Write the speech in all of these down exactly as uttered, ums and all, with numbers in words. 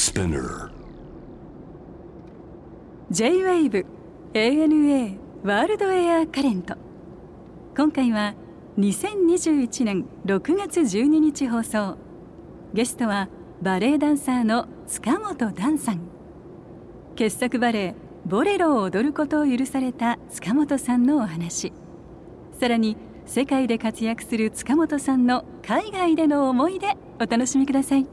Spinner J-ウェーブ エーエヌエー ワールドエアカレント。今回はにせんにじゅういちねんろくがつじゅうににち放送。ゲストはバレエダンサーの塚本段さん。傑作バレエボレロを踊ることを許された塚本さんのお話、さらに世界で活躍する塚本さんの海外での思い出、お楽しみください。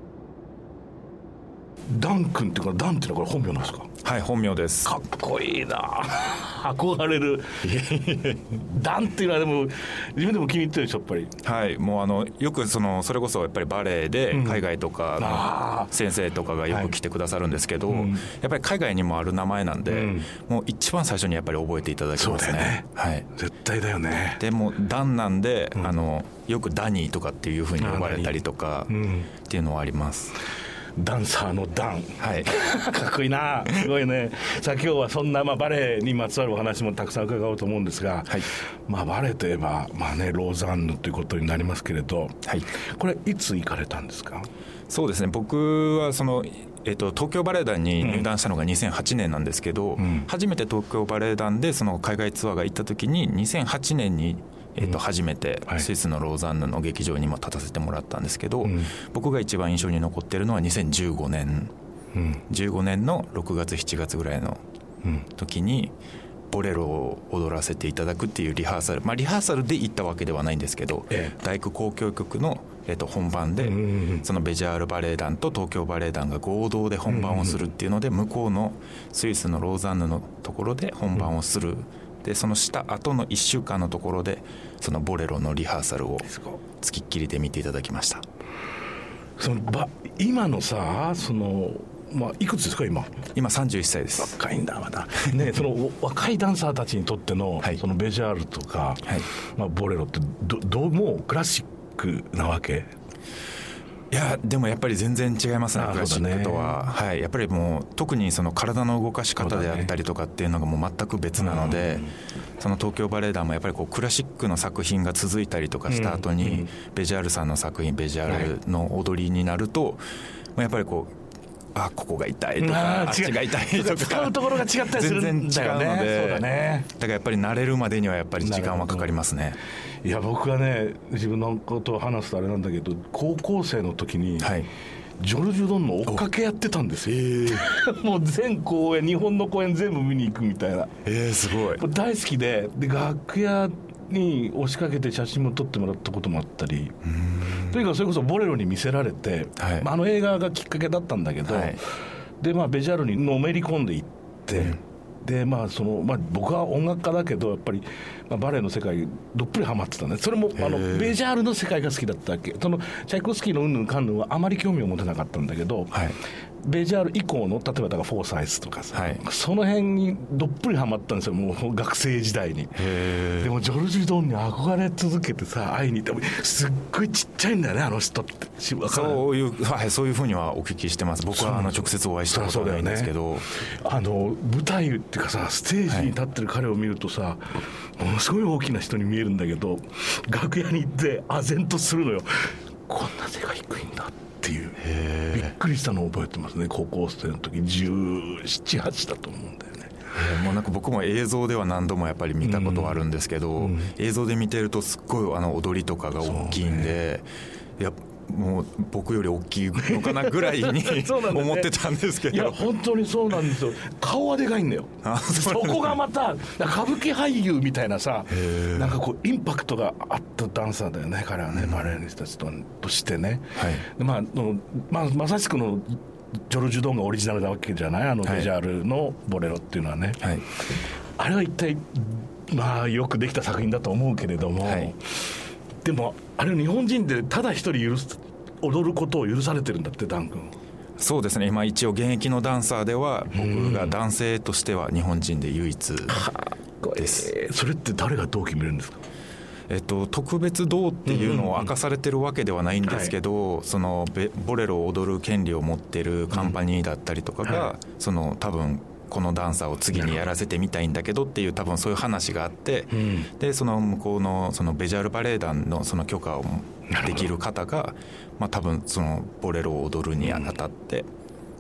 ダン君っていうか、ダンっていうのはこれ本名なんですか？ はい、本名です。 かっこいいな憧れるダンっていうのはでも自分でも気に入ってるでしょ、やっぱり。 はい、もうあのよくそのそれこそやっぱりバレエで海外とかの先生とかがよく来てくださるんですけど、はい、うん、やっぱり海外にもある名前なんで、うん、もう一番最初にやっぱり覚えていただきますね。 そうだよね、 はい、 絶対だよね。 でもダンなんで、うん、あのよくダニーとかっていう風に呼ばれたりとかっていうのはあります。 ダンサーのダン、 はい、 かっこいいな、すごいね。さあ今日はそんな、まあ、バレエにまつわるお話もたくさん伺おうと思うんですが、はい、まあ、バレエといえば、まあね、ローザンヌということになりますけれど、はい、これいつ行かれたんですか？ そうですね、僕はその、えっと、東京バレエ団に入団したのがにせんはちねんなんですけど、うん、初めて東京バレエ団でその海外ツアーが行った時ににせんはちねんにえー、と初めてスイスのローザンヌの劇場にも立たせてもらったんですけど、うん、僕が一番印象に残っているのはにせんじゅうごねん、うん、じゅうごねんのろくがつしちがつぐらいの時にボレロを踊らせていただくっていうリハーサル、まあ、リハーサルで行ったわけではないんですけど、ええ、大工交響曲の、えー、と本番で、うん、そのベジャールバレエ団と東京バレエ団が合同で本番をするっていうので、向こうのスイスのローザンヌのところで本番をする、うん、でそのした後のいっしゅうかんのところでそのボレロのリハーサルをつきっきりで見ていただきました。 そのば今のさ、その、まあ、いくつですか今？ 今さんじゅういっさいです。 若いんだまだ、ね、その若いダンサーたちにとっての、はい、そのベジャールとか、はい、まあ、ボレロってどどうもクラシックなわけ？ いやでもやっぱり全然違いますね、クラシックとは、ね、はい、やっぱりもう特にその体の動かし方であったりとかっていうのがもう全く別なので、その東京バレエ団もやっぱりこうクラシックの作品が続いたりとかした後にベジャールさんの作品、ベジャールの踊りになるとやっぱりこう、あここが痛いとか、あっちが痛いとか使うところが違ったりするんだよね。 全然違うので、 そうだね、 だからやっぱり慣れるまでにはやっぱり時間はかかりますね。 いや僕はね、自分のことを話すとあれなんだけど、高校生の時に、はい、ジョルジュ・ドンの追っかけやってたんですよ、えー、もう全公演、日本の公演全部見に行くみたいな、 えー、すごい大好きで、で楽屋に押しかけて写真も撮ってもらったこともあったり、とにかくそれこそボレロに見せられて、はい、まあ、あの映画がきっかけだったんだけど、はい、でまあ、ベジャールにのめり込んでいって、うん、でまあそのまあ、僕は音楽家だけどやっぱり、まあ、バレエの世界どっぷりハマってたね。それもあのベジャールの世界が好きだったわけ。そのチャイコフスキーのうんぬんかんぬんはあまり興味を持てなかったんだけど、はい、ベジャール以降の例えばだからフォーサイスとかさ、はい、その辺にどっぷりハマったんですよ、もう学生時代に。でもジョルジュ・ドンに憧れ続けてさ、会いに行ってもすっごいちっちゃいんだよね、あの人って。 そういう、はい、そういうふうにはお聞きしてます。僕はあの直接お会いしたことはないんですけど、ね、 あの舞台っていうかさ、ステージに立ってる彼を見るとさ、はい、ものすごい大きな人に見えるんだけど、楽屋に行って唖然とするのよ。こんな背が低いんだっていう、びっくりしたのを覚えてますね。高校生の時じゅうなな、はちだと思うんだよね。 もうなんか僕も映像では何度もやっぱり見たことはあるんですけど、うんうん、映像で見てるとすっごいあの踊りとかが大きいんで、いやもう僕より大きいのかなぐらいに思ってたんですけど、 いや本当にそうなんですよ。顔はでかいんだよ。そこがまた歌舞伎俳優みたいなさ、なんかこうインパクトがあったダンサーだよね、彼はね、うん、バレエの人たちとしてね、はい、でまあまあ、まさしくのジョルジュ・ドンがオリジナルなわけじゃない、あのベジャールのボレロっていうのはね、はい、あれは一体まあよくできた作品だと思うけれども、はい、でもあれ日本人でただ一人許す踊ることを許されてるんだって、ダン君。 そうですね、今一応現役のダンサーでは僕が男性としては日本人で唯一です。 えー、それって誰がどう決めるんですか？ えっと、特別どうっていうのを明かされてるわけではないんですけど、はい、そのボレロを踊る権利を持ってるカンパニーだったりとかが、うん、はい、その多分このダンサーを次にやらせてみたいんだけどっていう多分そういう話があって、うん、でその向こうのそのベジャールバレエ団のその許可をできる方が、まあ、多分そのボレロを踊るにあたって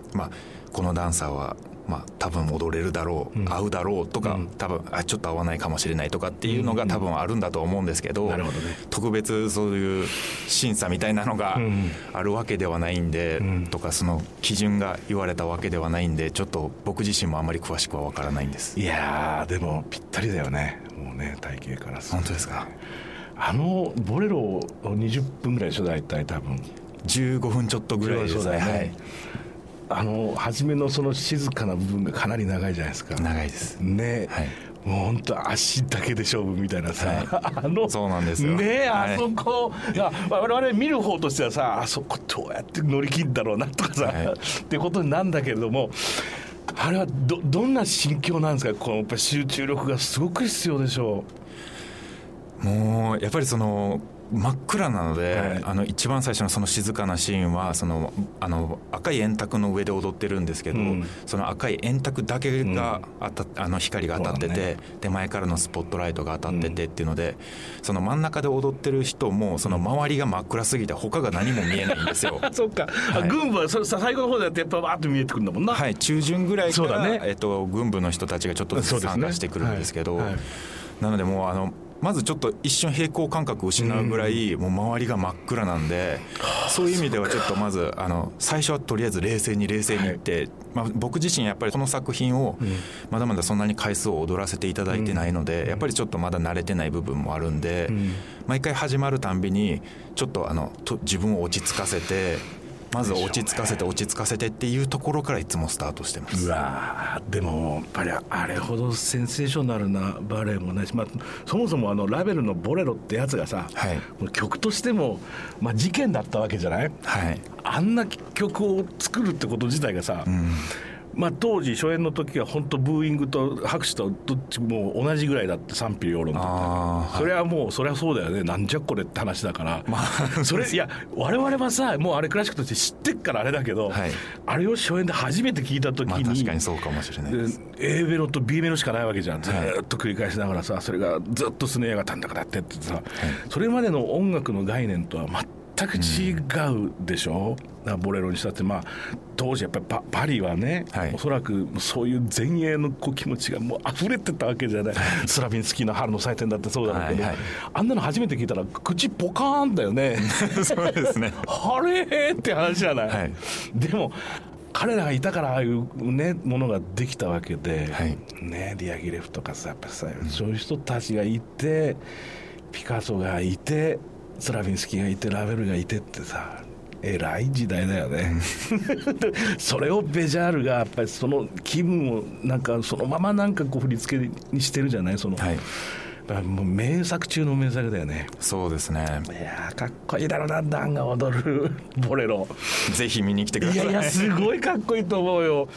まあ、このダンサーはまあ、多分踊れるだろう、うん、合うだろうとか、うん、多分あちょっと合わないかもしれないとかっていうのが多分あるんだと思うんですけど、 なるほどね、 特別そういう審査みたいなのがあるわけではないんで、うん、とかその基準が言われたわけではないんで、ちょっと僕自身もあまり詳しくは分からないんです。 いやでもぴったりだよね、もうね、体型からすると。 本当ですか。 あのボレロにじゅっぷんぐらいでしょ、大体多分じゅうごふんちょっとぐらいですね。 そうだよね、はい、あの初めのその静かな部分がかなり長いじゃないですか。 長いですね、はい、もう本当足だけで勝負みたいなさ、はい、あのそうなんですよね、あそこ、はい、いや我々見る方としてはさ、あそこどうやって乗り切るんだろうなとかさ、はい、ってことになんだけれども、あれは ど, どんな心境なんですか。このやっぱ集中力がすごく必要でしょう。もうやっぱりその真っ暗なので、はい、あの一番最初のその静かなシーンはそのあの赤い円卓の上で踊ってるんですけど、うん、その赤い円卓だけが当た、うん、あの光が当たってて、ね、手前からのスポットライトが当たっててっていうので、うん、その真ん中で踊ってる人もその周りが真っ暗すぎて他が何も見えないんですよ。 そっか、はい、軍部はそれ最後の方でやってやっぱバーッと見えてくるんだもんな。 はい、中旬ぐらいから、 ね、 えっと、軍部の人たちがちょっとずつ参加してくるんですけど、はいはい、なのでもうあのまずちょっと一瞬平行感覚を失うぐらいもう周りが真っ暗なんで、そういう意味ではちょっとまずあの最初はとりあえず冷静に冷静にいって、まあ、僕自身やっぱりこの作品をまだまだそんなに回数を踊らせていただいてないので、やっぱりちょっとまだ慣れてない部分もあるんで、毎回始まるたんびにちょっとあのと自分を落ち着かせて、まず落ち着かせて落ち着かせてっていうところからいつもスタートしてます。 うわでもやっぱりあれほどセンセーショナルなバレエもないし、まあ、そもそもあのラベルのボレロってやつがさ、はい、曲としても、まあ、事件だったわけじゃない、はい、あんな曲を作るってこと自体がさ、うん、まあ、当時初演の時は本当ブーイングと拍手とどっちも同じぐらいだって賛否両論だった。それはもうそれはそうだよね、なんじゃこれって話だから、まあ、それいや我々はさもうあれクラシックとして知ってっからあれだけど、はい、あれを初演で初めて聞いた時に、 まあ、確かにそうかもしれないです。 A メロと B メロしかないわけじゃん、ずっと繰り返しながらさ、それがずっとスネアがタンタカだってってさ、はい、それまでの音楽の概念とは全く違うでしょ、うん、ボレロにしたって、まあ、当時やっぱり パ, パリはね、はい、おそらくそういう前衛のこう気持ちがもう溢れてたわけじゃない、はい、スラビンスキーの春の祭典だってそうだけど、はいはい、あんなの初めて聞いたら口ポカーンだよね。 そうですね。 あれって話じゃない、はい、でも彼らがいたからああいう、ね、ものができたわけで、はいね、ディアギレフとかさ、やっぱさ、うん、そういう人たちがいて、ピカソがいて、スラビンスキーがいて、ラヴェルがいてってさ、偉い時代だよね。それをベジャールがやっぱりその気分をなんかそのままなんかこう振り付けにしてるじゃない、その、はい、もう名作中の名作だよね。 そうですね。 いやかっこいいだろうな、ダンが踊るボレロ。 ぜひ見に来てください。 いやいやすごいかっこいいと思うよ。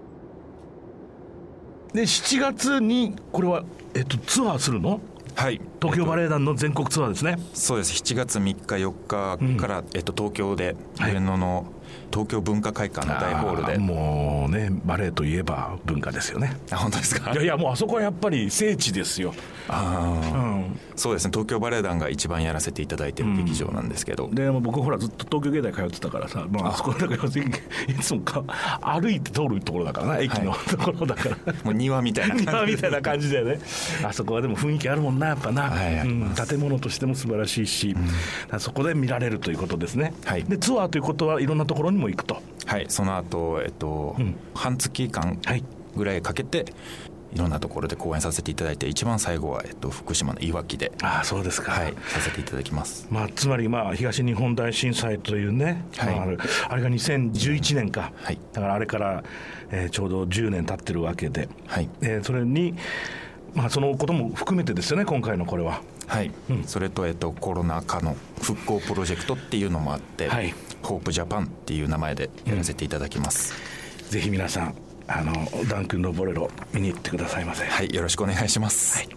でしちがつにこれは、えっと、ツアーするの？ はい、 東京バレエ団の全国ツアーですね。 そうです。しちがつみっかよっかから、うん、えっと、東京で上野の東京文化会館の大ホールで、 もうねバレエといえば文化ですよね。 あ、本当ですか。 いやいや、もうあそこはやっぱり聖地ですよ。 あ、うん、そうですね。東京バレエ団が一番やらせていただいている劇場なんですけど、うん、でも僕ほらずっと東京芸大通ってたからさ、まあ、あそこだからいつもか歩いて通るところだからな、駅のところだから、はい、 もう庭みたいな感じ庭みたいな感じだよね。あそこはでも雰囲気あるもんな、やっぱな、はい、うん、建物としても素晴らしいし、うん、そこで見られるということですね、はい、でツアーということはいろんなところにも行くと。 はい、その後、えっとうん、半月間ぐらいかけて、いろんなところで公演させていただいて、一番最後は、えっと、福島のいわきで、 ああそうですか、 はい、させていただきます、 まあ、つまり、まあ、東日本大震災というね、はい、まあ、あれがにせんじゅういちねんか、はい、だからあれから、えー、ちょうどじゅうねん経ってるわけで、はい、えー、それに、まあ、そのことも含めてですよね、今回のこれは。 はい、うん、それと、えっと、コロナ禍の復興プロジェクトっていうのもあって、はい、ホープジャパンっていう名前でやらせていただきます、 うん、ぜひ皆さん、あのダン君のボレロ見に行ってくださいませ。 はい、よろしくお願いします、はい、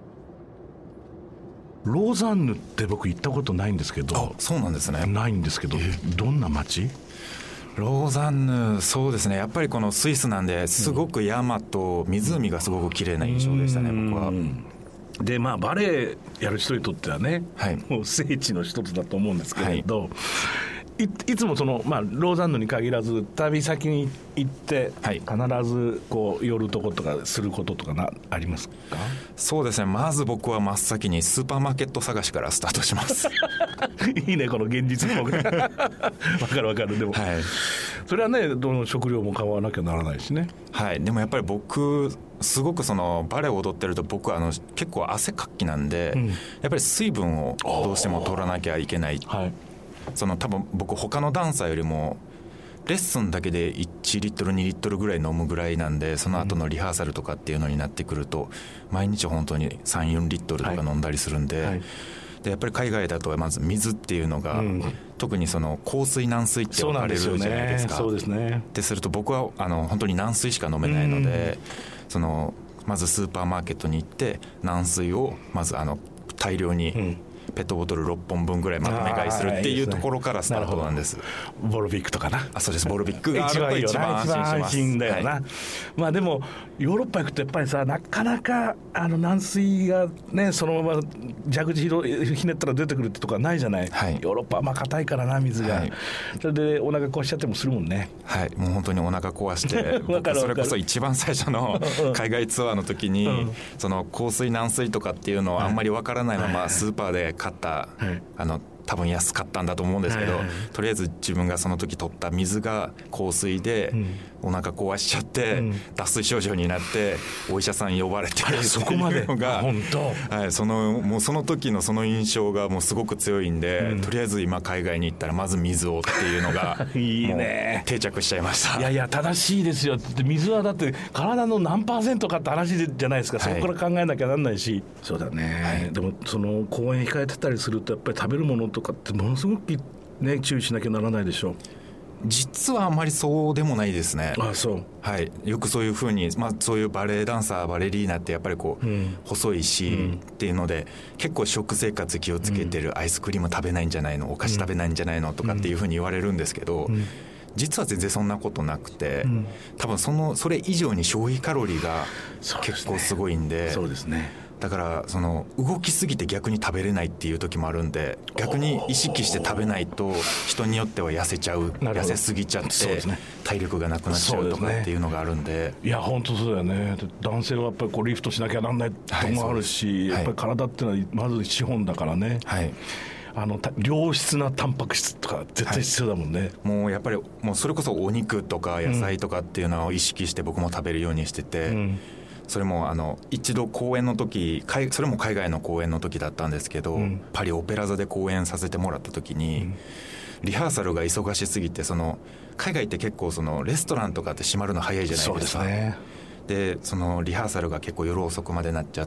ローザンヌって僕行ったことないんですけど。 あ、そうなんですね。 ないんですけど、えー、どんな街？ ローザンヌ、そうですね、やっぱりこのスイスなんですごく山と湖がすごく綺麗な印象でしたね、うん、僕は。 で、まあ、バレエやる人にとってはね、はい、もう聖地の一つだと思うんですけれど、はい、 い, いつもその、まあ、ローザンヌに限らず旅先に行って、はい、必ずこう寄るとことかすることとかなありますか？ そうですね、まず僕は真っ先にスーパーマーケット探しからスタートしますいいねこの現実っぽくわかるわかる。でも、はい、それはねどの食料も買わなきゃならないしね。 はい、でもやっぱり僕すごくそのバレエを踊ってると僕はあの結構汗かきなんで、うん、やっぱり水分をどうしても取らなきゃいけない、はい、その多分僕他のダンサーよりもレッスンだけでいちリットルにリットルぐらい飲むぐらいなんで、その後のリハーサルとかっていうのになってくると毎日本当にさん、よんリットルとか飲んだりするんで、はいはい、でやっぱり海外だとまず水っていうのが、うん、特にその硬水軟水って分かれるじゃないですか。 そうですね。 ってすると僕はあの本当に軟水しか飲めないので、うん、そのまずスーパーマーケットに行って軟水をまずあの大量に、うんペットボトルろっぽんぶんぐらいまとめ買いするっていうところからスタートなんです。 ボロビックとかな。 あ、そうです。ボロビックがあると一番安心します。安心だよな、 はい、まあでもヨーロッパ行くとやっぱりさなかなかあの軟水がねそのまま蛇口ひねったら出てくるってとこはないじゃない、はい、ヨーロッパはまあ硬いからな水が、はい、それでお腹壊しちゃってもするもんね。 はい、もう本当にお腹壊して僕それこそ一番最初の海外ツアーの時に、うん、その硬水軟水とかっていうのをあんまりわからないままスーパーで買った、はい、あの多分安かったんだと思うんですけど、はいはいはい、とりあえず自分がその時取った水が硬水でお腹壊しちゃって、うん、脱水症状になってお医者さん呼ばれてっていうのがそこまで本当、はい、そのもうその時のその印象がもうすごく強いんで、うん、とりあえず今海外に行ったらまず水をっていうのがいいね定着しちゃいました。 いやいや正しいですよ。水はだって体の何パーセントかって話じゃないですか、はい、そこから考えなきゃなんないし。そうだね、はい、でもその公演控えてたりするとやっぱり食べるものとかってものすごくね注意しなきゃならないでしょう。 実はあんまりそうでもないですね。 ああそう、 はい、よくそういうふうに、まあ、そういうバレエダンサーバレリーナってやっぱりこう、うん、細いし、うん、っていうので結構食生活気をつけてる、うん、アイスクリーム食べないんじゃないのお菓子食べないんじゃないのとかっていうふうに言われるんですけど、うん、実は全然そんなことなくて、うん、多分そのそれ以上に消費カロリーが結構すごいんで、 そうですね。 だからその動きすぎて逆に食べれないっていう時もあるんで、逆に意識して食べないと人によっては痩せちゃう、痩せすぎちゃって体力がなくなっちゃうとかっていうのがあるんで、 いや本当そうだよね。男性はやっぱりこうリフトしなきゃなんないとこもあるし、はい、やっぱり体っていうのはまず資本だからね、はい、あの良質なタンパク質とか絶対必要だもんね、はい、 もうやっぱりもうそれこそお肉とか野菜とかっていうのを意識して僕も食べるようにしてて、うん、それもあの一度公演の時、それも海外の公演の時だったんですけど、うん、パリオペラ座で公演させてもらった時に、うん、リハーサルが忙しすぎて、その海外って結構そのレストランとかって閉まるの早いじゃないですか。そうですね。でそのリハーサルが結構夜遅くまでなっちゃって、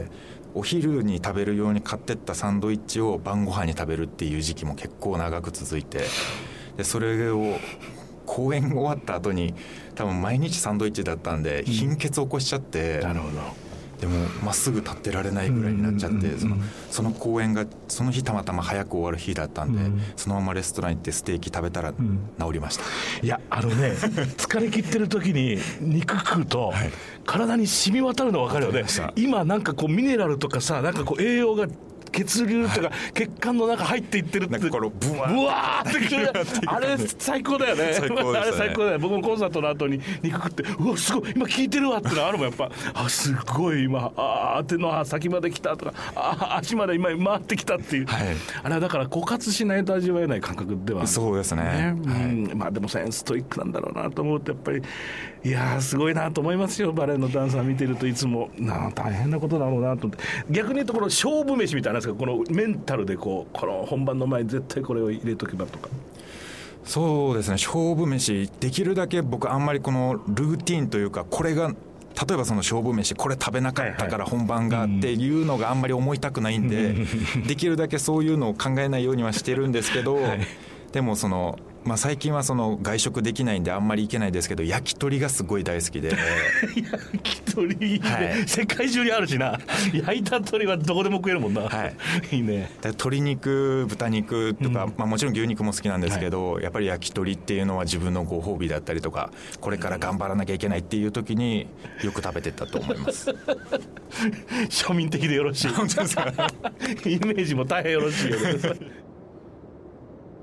お昼に食べるように買ってったサンドイッチを晩ご飯に食べるっていう時期も結構長く続いて、でそれを公演終わった後に多分毎日サンドイッチだったんで貧血起こしちゃって、うん、なるほど。でもまっすぐ立ってられないぐらいになっちゃって、そのその公演がその日たまたま早く終わる日だったんで、うん、そのままレストラン行ってステーキ食べたら治りました、 うん、いやあのね疲れ切ってる時に肉食うと、はい、体に染み渡るの分かるよね。今なんかこうミネラルとかさ、なんかこう栄養が血流とか血管の中入っていってるって、なんかこのブワー、ブワーってくるあれ最高だよね。最高ですね。あれ最高だよ。僕もコンサートの後に肉食って、うわすごい今効いてるわってのあるもんやっぱ。あすごい今あ手の先まで来たとか、あ足まで今回ってきたっていう、はい、あれはだから枯渇しないと味わえない感覚ではある。 そうですね、ね、 うん、はい、まあでもさストイックなんだろうなと思うとやっぱりいやすごいなと思いますよ。バレエのダンサー見てるといつもな大変なことだろうなと思って、逆に言うとこの勝負飯みたいな、このメンタルでこうこの本番の前に絶対これを入れとけばとか。 そうですね、勝負飯できるだけ僕あんまりこのルーティンというか、これが例えばその勝負飯これ食べなかったから本番がっていうのがあんまり思いたくないんで、できるだけそういうのを考えないようにはしてるんですけど、はい、でもそのまあ、最近はその外食できないんであんまり行けないですけど、焼き鳥がすごい大好きで焼き鳥いいね、はい、世界中にあるしな焼いた鳥はどこでも食えるもんな、はい、いいね。 鶏肉豚肉とか、うんまあ、もちろん牛肉も好きなんですけど、はい、やっぱり焼き鳥っていうのは自分のご褒美だったりとか、これから頑張らなきゃいけないっていう時によく食べてたと思います庶民的でよろしい本当ですかイメージも大変よろしいよね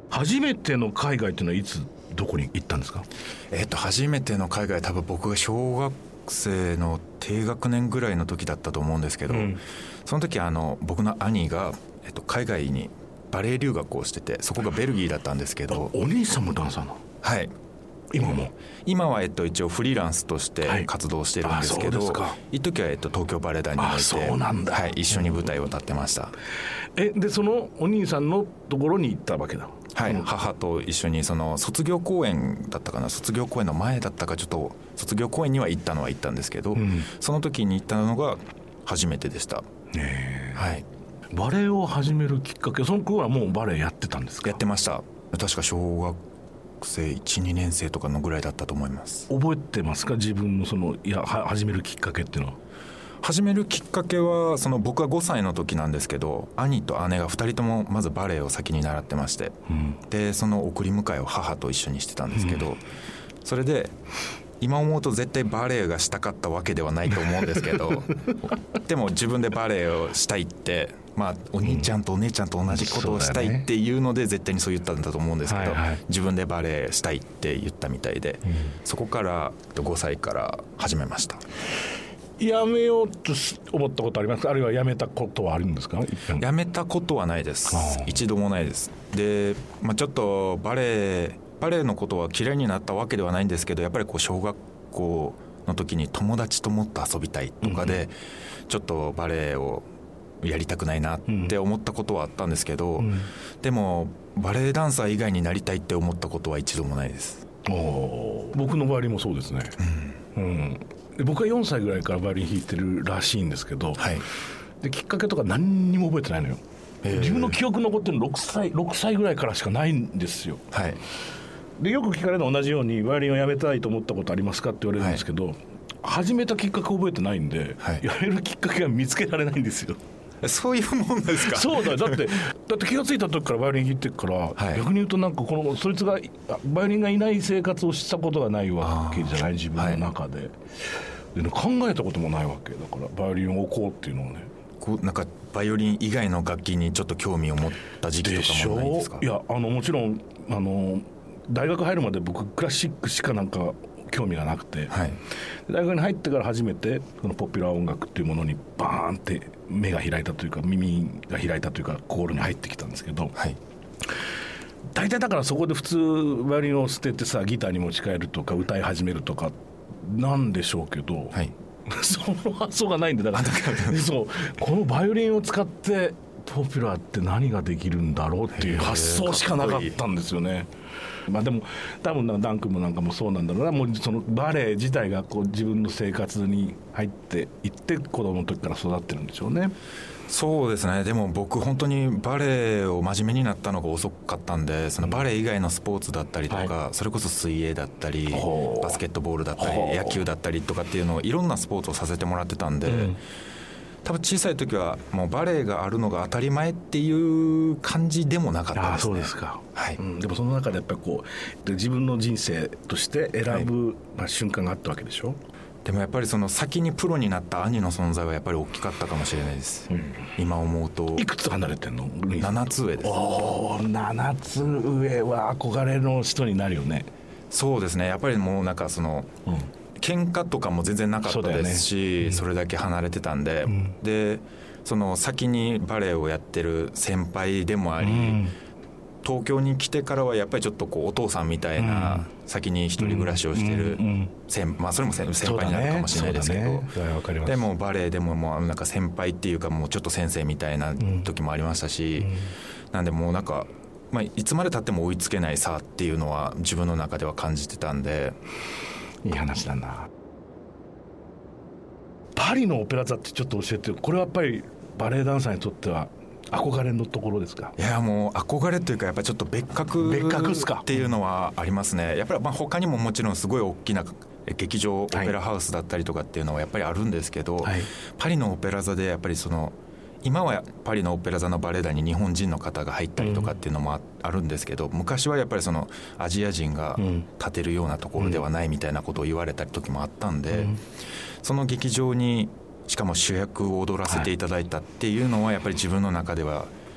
初めての海外っていうのはいつどこに行ったんですか？ えっと初めての海外多分僕が小学生の低学年ぐらいの時だったと思うんですけど、うん、その時あの僕の兄が、えっと、海外にバレエ留学をしてて、そこがベルギーだったんですけど。 お兄さんもダンサーなの？ はい。 今も今はえっと一応フリーランスとして活動してるんですけど、はい、一時はえっと東京バレエ団に入って、 そうなんだ、 はい、一緒に舞台を立ってました。 えでそのお兄さんのところに行ったわけだ？ はい、母と一緒にその卒業公演だったかな、卒業公演の前だったか、ちょっと卒業公演には行ったのは行ったんですけど、うん、その時に行ったのが初めてでした。 へはい。 バレエを始めるきっかけ、その頃はもうバレエやってたんですか？ やってました。確か小学生いち、にねん生とかのぐらいだったと思います。 覚えてますか、自分のそのいや始めるきっかけっていうのは？ 始めるきっかけはその僕はごさいの時なんですけど、兄と姉がふたりともまずバレエを先に習ってまして、うん、でその送り迎えを母と一緒にしてたんですけど、うん、それで今思うと絶対バレエがしたかったわけではないと思うんですけどでも自分でバレエをしたいって、まあ、お兄ちゃんとお姉ちゃんと同じことをしたいっていうので絶対にそう言ったんだと思うんですけど、はいはい、自分でバレエしたいって言ったみたいで、うん、そこからごさいから始めました。 やめようと思ったことありますか？あるいはやめたことはあるんですか？ やめたことはないです。一度もないです。で、まあ、ちょっとバレエバレエのことは嫌いになったわけではないんですけど、やっぱりこう小学校の時に友達ともっと遊びたいとかで、うん、ちょっとバレエをやりたくないなって思ったことはあったんですけど、うん、でもバレエダンサー以外になりたいって思ったことは一度もないです。 お僕の場合もそうですね、うんうん僕はよんさいぐらいからバイオリン弾いてるらしいんですけど、はい、できっかけとか何にも覚えてないのよ。自分の記憶残ってるのろくさい、ろくさいぐらいからしかないんですよ、はい、でよく聞かれるのは同じようにバイオリンをやめたいと思ったことありますかって言われるんですけど、はい、始めたきっかけ覚えてないんで、はい、やめるきっかけが見つけられないんですよ。 そういうもんですか？ そうだだってだって気がついた時からバイオリン弾いてるから、はい、逆に言うとなんかこのそいつがバイオリンがいない生活をしたことがないわけじゃない自分の中で、はい、で考えたこともないわけだからバイオリンを置こうっていうのをね。 こうなんかバイオリン以外の楽器にちょっと興味を持った時期とかもないですか？ いやあのもちろんあの大学入るまで僕クラシックしかなんか興味がなくて、はい、大学に入ってから初めてそのポピュラー音楽っていうものにバーンって目が開いたというか耳が開いたというか心に入ってきたんですけど、はい、大体だからそこで普通バイオリンを捨ててさギターに持ち帰るとか歌い始めるとかなんでしょうけど、はい、その発想がないんでだからそうこのバイオリンを使ってポピュラーって何ができるんだろうっていう発想しかなかったんですよね。まあ、でも多分ダン君もなんかもそうなんだろうな。もうそのバレエ自体がこう自分の生活に入っていって子供の時から育ってるんでしょうね。 そうですね。でも僕本当にバレエを真面目になったのが遅かったんで、そのバレエ以外のスポーツだったりとか、はい、それこそ水泳だったりバスケットボールだったり野球だったりとかっていうのをいろんなスポーツをさせてもらってたんで、うん多分小さい時はもうバレエがあるのが当たり前っていう感じでもなかったですね。あ、 そうですか、はいうん、でもその中でやっぱりこう自分の人生として選ぶ、はいまあ、瞬間があったわけでしょ。 でもやっぱりその先にプロになった兄の存在はやっぱり大きかったかもしれないです、うん、今思うと。 いくつ離れてんの？ ななつ上です。 おーななつ上は憧れの人になるよね。 そうですね。やっぱりもうなんかその、うん喧嘩とかも全然なかったですし そ,、ねうん、それだけ離れてたんで、うん、でその先にバレエをやってる先輩でもあり、うん、東京に来てからはやっぱりちょっとこうお父さんみたいな、うん、先に一人暮らしをしてる先、まあ、それも先輩になるかもしれないですけど、ねね、でもバレエでももうなんか先輩っていうかもうちょっと先生みたいな時もありましたし、うん、なんでもうなんか、まあ、いつまで経っても追いつけない差っていうのは自分の中では感じてたんで。 いい話だな。パリのオペラ座ってちょっと教えて。これはやっぱりバレエダンサーにとっては憧れのところですか？ いやもう憧れというかやっぱりちょっと別格っていうのはありますね。やっぱりまあ他にももちろんすごい大きな劇場オペラハウスだったりとかっていうのはやっぱりあるんですけど、はい、パリのオペラ座でやっぱりその今はパリのオペラ座のバレエ団に日本人の方が入ったりとかっていうのもあるんですけど、昔はやっぱりそのアジア人が立てるようなところではないみたいなことを言われた時もあったんで、その劇場にしかも主役を踊らせていただいたっていうのはやっぱり自分の中では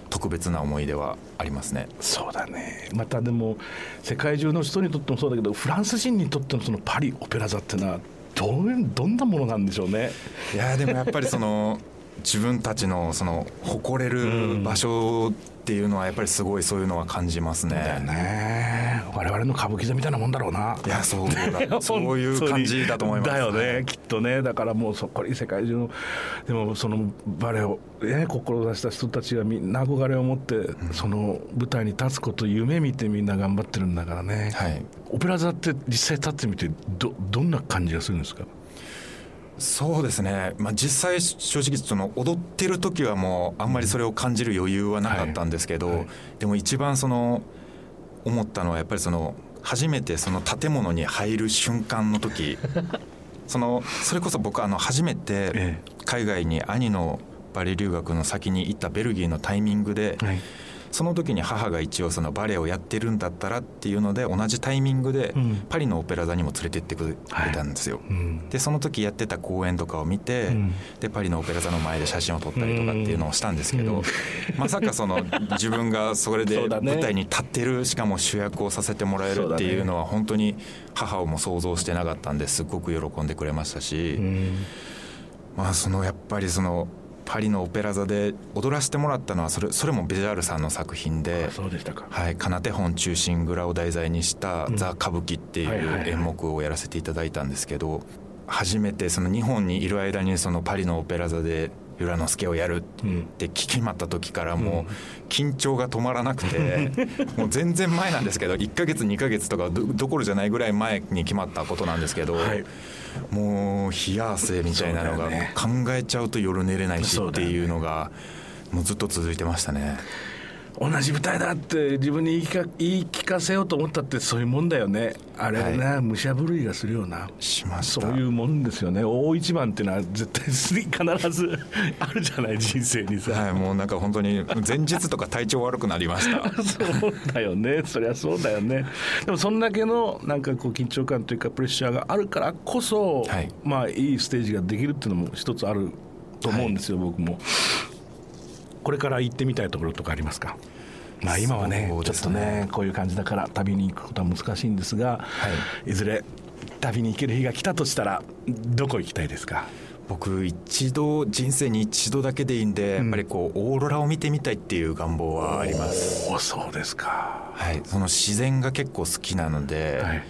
特別な思い出はありますね。 そうだね。またでも世界中の人にとってもそうだけど、フランス人にとってのそのパリオペラ座ってのはどういうどんなものなんでしょうね。 いやでもやっぱりその自分たちのその誇れる場所っていうのはやっぱりすごいそういうのは感じますね。 だよね。我々の歌舞伎座みたいなもんだろうな。 いやそうだそういう感じだと思います。 だよね、きっとね。だからもうそこに世界中のでもそのバレエを、ね、志した人たちがみんな憧れを持って、うん、その舞台に立つことを夢見てみんな頑張ってるんだからね、はい、オペラ座って実際立ってみて ど, どんな感じがするんですか？ そうですね、まあ、実際正直その踊ってる時はもうあんまりそれを感じる余裕はなかったんですけど、はいはい、でも一番その思ったのはやっぱりその初めてその建物に入る瞬間の時そのそれこそ僕あの初めて海外に兄のバレエ留学の先に行ったベルギーのタイミングで、はい、その時に母が一応そのバレエをやってるんだったらっていうので同じタイミングでパリのオペラ座にも連れてってくれたんですよ、はいうん、でその時やってた公演とかを見て、うん、でパリのオペラ座の前で写真を撮ったりとかっていうのをしたんですけど、うん、まさかその自分がそれで舞台に立ってるしかも主役をさせてもらえるっていうのは本当に母も想像してなかったんですごく喜んでくれましたし、うん、まあそのやっぱりそのパリのオペラ座で踊らせてもらったのはそれ、それもベジャールさんの作品で、 あ、そうでしたか。 はい、カナテ本忠臣蔵を題材にしたザ・歌舞伎っていう演目をやらせていただいたんですけど、初めてその日本にいる間にそのパリのオペラ座で由良之助をやるって聞きまった時からもう緊張が止まらなくてもう全然前なんですけどいっかげつにかげつとか ど, どころじゃないぐらい前に決まったことなんですけど、はい、もう冷や汗みたいなのが考えちゃうと夜寝れないしっていうのがもうずっと続いてましたね。 同じ舞台だって自分に言いか言い聞かせようと思ったってそういうもんだよね。あれはね、はい、武者震いがするようなしました。 そういうもんですよね。大一番っていうのは絶対必ずあるじゃない人生にさ、 はい、もうなんか本当に前日とか体調悪くなりましたそうだよね、そりゃそうだよね。でもそんだけのなんかこう緊張感というかプレッシャーがあるからこそ、はい、まあいいステージができるっていうのも一つあると思うんですよ、はい、僕も。これから行ってみたいところとかありますか？まあ、今は ね, ねちょっとねこういう感じだから旅に行くことは難しいんですが、はい、いずれ旅に行ける日が来たとしたらどこ行きたいですか？ 僕一度人生に一度だけでいいんで、うん、やっぱりこうオーロラを見てみたいっていう願望はあります。 お、そうですか。 はい、その自然が結構好きなので、はい、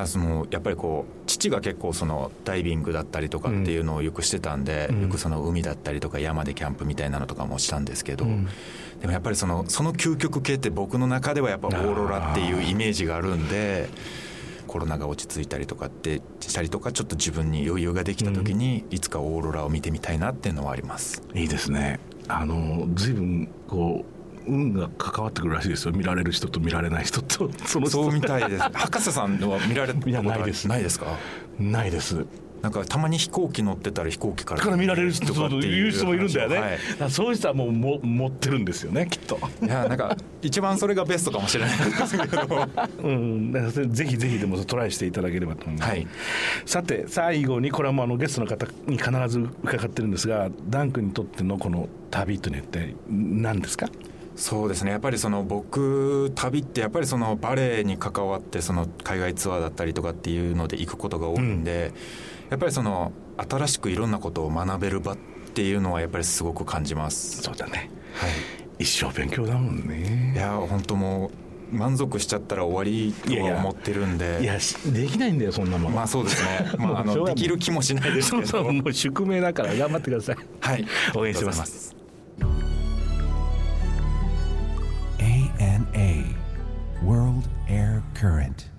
そのやっぱりこう父が結構そのダイビングだったりとかっていうのをよくしてたんで、うん、よくその海だったりとか山でキャンプみたいなのとかもしたんですけど、うん、でもやっぱりそのその究極系って僕の中ではやっぱオーロラっていうイメージがあるんで、コロナが落ち着いたりとかってしたりとかちょっと自分に余裕ができた時にいつかオーロラを見てみたいなっていうのはあります、 うん、いいですね。あの随分こう運が関わってくるらしいですよ。見られる人と見られない人とその人そうみたいです。博士さんは見られたことはないですないですか？ ないです。 なんかたまに飛行機乗ってたら飛行機からから見られる人とかっていう人もいるんだよね、はい、そういう人はもうも持ってるんですよねきっと。 いやなんか一番それがベストかもしれないですけど、 うん、ぜひぜひでもトライしていただければと思います、はい、さて最後にこれはもうあのゲストの方に必ず伺ってるんですが、ダン君にとってのこの旅というのは一体何ですか？ そうですね、やっぱりその僕旅ってやっぱりそのバレエに関わってその海外ツアーだったりとかっていうので行くことが多いんで、うん、やっぱりその新しくいろんなことを学べる場っていうのはやっぱりすごく感じます。 そうだね、はい、一生勉強だもんね。 いや本当もう満足しちゃったら終わりとは思ってるんで。 いやできないんだよそんなもん。 まあそうですね、まあ、あのできる気もしないですけどそうそうもう宿命だから頑張ってください。 はい、 応援します。 エーエヌエー World Air Current